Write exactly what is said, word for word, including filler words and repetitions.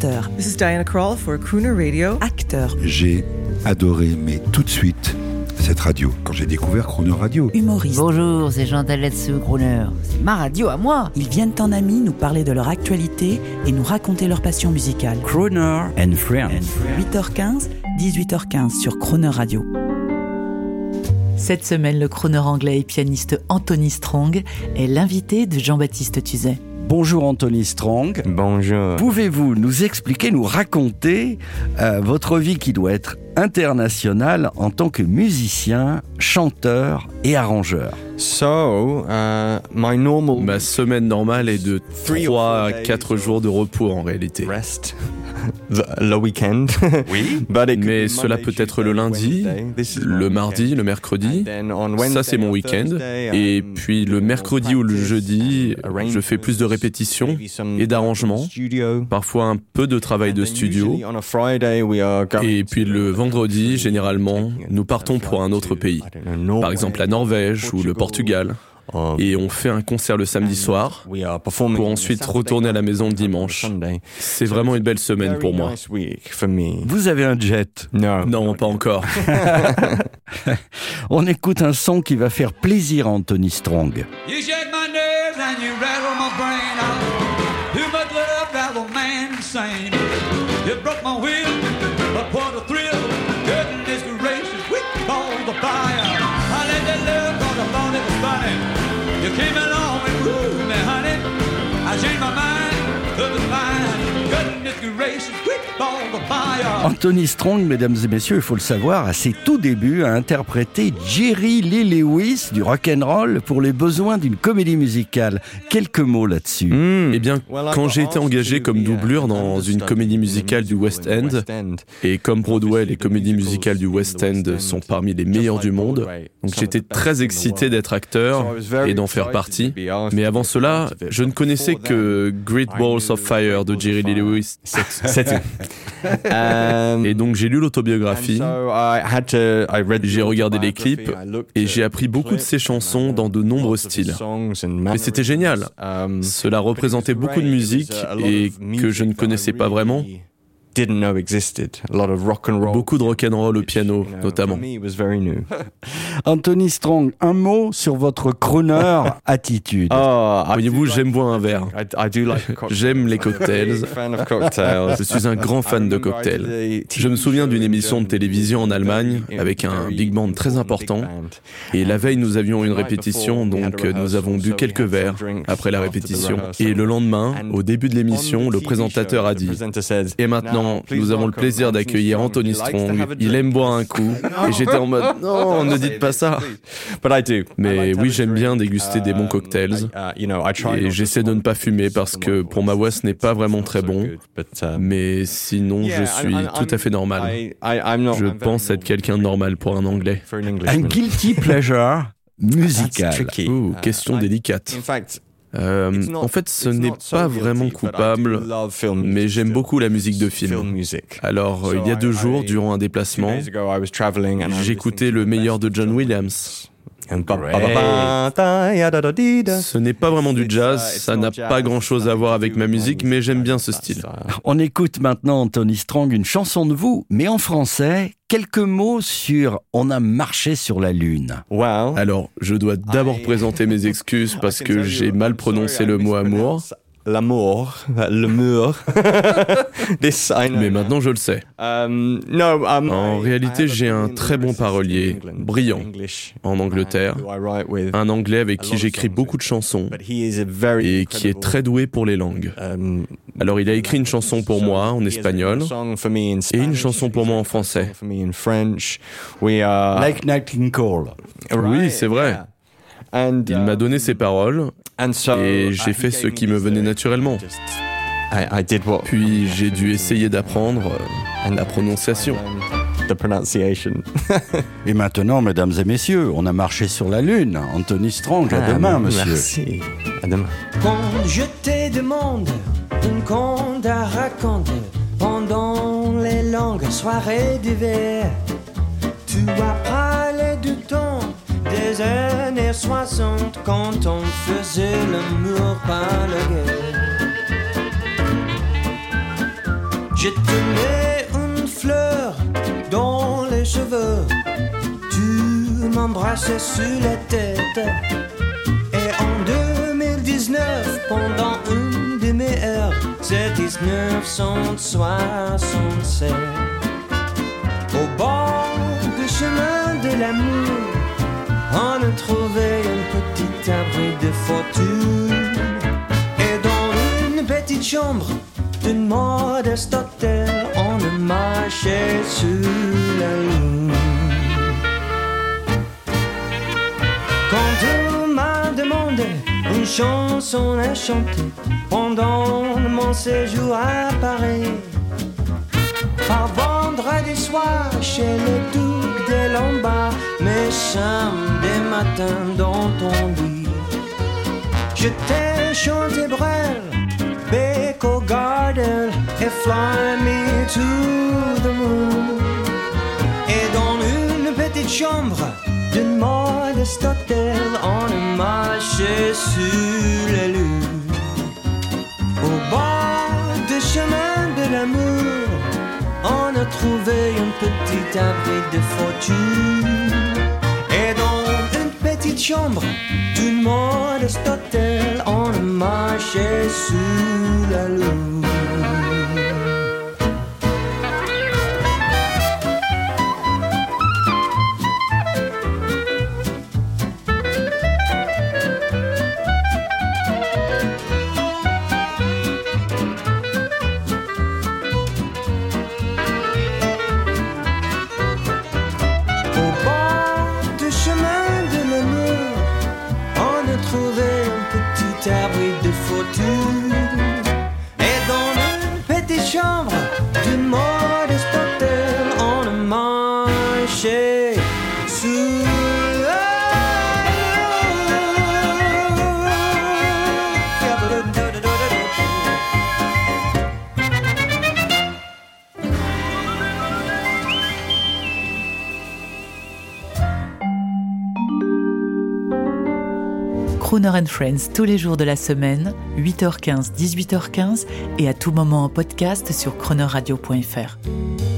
chanteur. This is Diana Krall for Crooner Radio. Acteur. J'ai adoré, mais tout de suite, cette radio, quand j'ai découvert Crooner Radio. Humoriste. Bonjour, c'est Jean Taletsu, Crooner. C'est ma radio à moi. Ils viennent en amis nous parler de leur actualité et nous raconter leur passion musicale. Crooner and Friends. huit heures quinze, dix-huit heures quinze sur Crooner Radio. Cette semaine, le crooner anglais et pianiste Anthony Strong est l'invité de Jean-Baptiste Tuzet. Bonjour Anthony Strong. Bonjour. Pouvez-vous nous expliquer, nous raconter euh, votre vie qui doit être internationale en tant que musicien, chanteur et arrangeur? So, uh, my normal Ma semaine normale est de trois à quatre jours de repos en réalité. rest, the, le week-end. Oui. But it could Mais be cela Monday, peut être le Tuesday, lundi, Wednesday. This is le my mardi, weekend. le mercredi. And then on Ça, Wednesday c'est mon or week-end. Thursday, Et um, puis le mercredi ou le jeudi, je fais plus de répétitions maybe some et d'arrangements, studio. parfois un peu de travail de And then studio. usually on a Friday, we are going Et puis to le a vendredi, country, généralement, taking a nous partons flight pour un autre to, pays. I don't know, Norway, Par exemple la Norvège ou le Portugal. um, Et on fait un concert le samedi soir we are performing pour on ensuite Saturday retourner à la maison le night, dimanche. Sunday. C'est vraiment une belle semaine pour moi. Very nice week for me. Vous avez un jet? No. Non, pas encore. On écoute un son qui va faire plaisir à Anthony Strong. You shake my nerves and you rattle my brain out. Too much love drives a man insane. You broke my will, but what a thrill. Goodness gracious, we call the fire. I let that love cause I thought it was funny. You came along and wooed me, honey. I changed my mind, cause it's fine. Goodness gracious, we call the fire. Anthony Strong, mesdames et messieurs, il faut le savoir, à ses tout débuts, a interprété Jerry Lee Lewis du rock'n'roll pour les besoins d'une comédie musicale. Quelques mots là-dessus. Eh bien, quand j'ai été engagé comme doublure dans une comédie musicale du West End, et comme Broadway, les comédies musicales du West End sont parmi les meilleures du monde, donc j'étais très excité d'être acteur et d'en faire partie. Mais avant cela, je ne connaissais que Great Balls of Fire de Jerry Lee Lewis. C'est tout. Um, Et donc j'ai lu l'autobiographie, so I had to, I read j'ai regardé les clips et j'ai appris beaucoup de ses chansons dans de nombreux styles. Mais c'était génial. Cela représentait beaucoup de musique et que je ne connaissais pas vraiment. Didn't know existed. A lot of rock and roll. Beaucoup de rock'n'roll au piano, You know, notamment. for me, it was very new. Anthony Strong, un mot sur votre crooner attitude. Oh, I Voyez-vous, do j'aime boire un verre. I, I do like cocktails. J'aime les cocktails. Big fan of cocktails. Je suis un grand fan de cocktails. Je me souviens d'une émission de télévision en Allemagne avec un big band très important. Et la veille, nous avions une répétition, donc nous avons bu quelques verres après la répétition. Et le lendemain, au début de l'émission, le présentateur a dit « Et maintenant, nous avons le plaisir d'accueillir Anthony Strong. Il aime boire un coup. » Et j'étais en mode « Non, ne dites pas ça. » Mais oui, j'aime bien déguster des bons cocktails. Et j'essaie de ne pas fumer parce que pour ma voix, ce n'est pas vraiment très bon. Mais sinon, je suis tout à fait normal. Je pense être quelqu'un de normal pour un Anglais. Un guilty pleasure musical. Ouh, question délicate. Euh, en fait, ce n'est pas vraiment coupable, mais j'aime beaucoup la musique de film. Alors, il y a deux jours, durant un déplacement, j'écoutais le meilleur de John Williams. Ce n'est pas vraiment du jazz, ça n'a pas grand-chose à voir avec ma musique, mais j'aime bien ce style. On écoute maintenant, Anthony Strong, une chanson de vous, mais en français. Quelques mots sur « On a marché sur la Lune ». Alors, je dois d'abord présenter mes excuses parce que j'ai mal prononcé le mot « amour ». L'amour, le mur. Mais maintenant je le sais. Um, no, um, en réalité, j'ai un très bon parolier, brillant, en Angleterre, un Anglais avec qui j'écris beaucoup de chansons et qui est très doué pour les langues. Alors il a écrit une chanson pour moi en espagnol et une chanson pour moi en français. Like Nat Cole. Oui, c'est vrai. Il m'a donné ses paroles et j'ai fait ce qui me venait naturellement. Puis j'ai dû essayer d'apprendre la prononciation. Et maintenant, mesdames et messieurs, on a marché sur la Lune. Anthony Strong, à demain, monsieur. Merci. À demain. Quand je te demande une conte à raconter pendant les longues soirées d'hiver, tu as parlé du temps des années soixante quand on faisait l'amour par la guerre. Je te mets une fleur dans les cheveux, tu m'embrasses sur la tête. Et en deux mille dix-neuf, pendant une demi-heure, c'est dix-neuf cent soixante-sept. Au bord du chemin de l'amour, on a trouvé un petit abri de fortune. Et dans une petite chambre d'une modeste hôtel, on a marché sur la lune. Quand on m'a demandé une chanson à chanter pendant mon séjour à Paris, par vendredi soir chez le duc de Lombard, mes samedis matins dans ton lit, je t'ai chanté Brel, Beko Garden et Fly Me to the Moon. Et dans une petite chambre d'une modeste hôtel, on a marché sur la lune. Au bord du chemin de l'amour, on a trouvé un petit abri de fortune. Et dans une petite chambre d'une modeste hôtel, on a marché sur la lune. Abri de fortune. Et dans une petite chambre d'une modeste hôtel, on a marché sous Crooner and Friends tous les jours de la semaine, huit heures quinze, dix-huit heures quinze et à tout moment en podcast sur crooner radio point f r.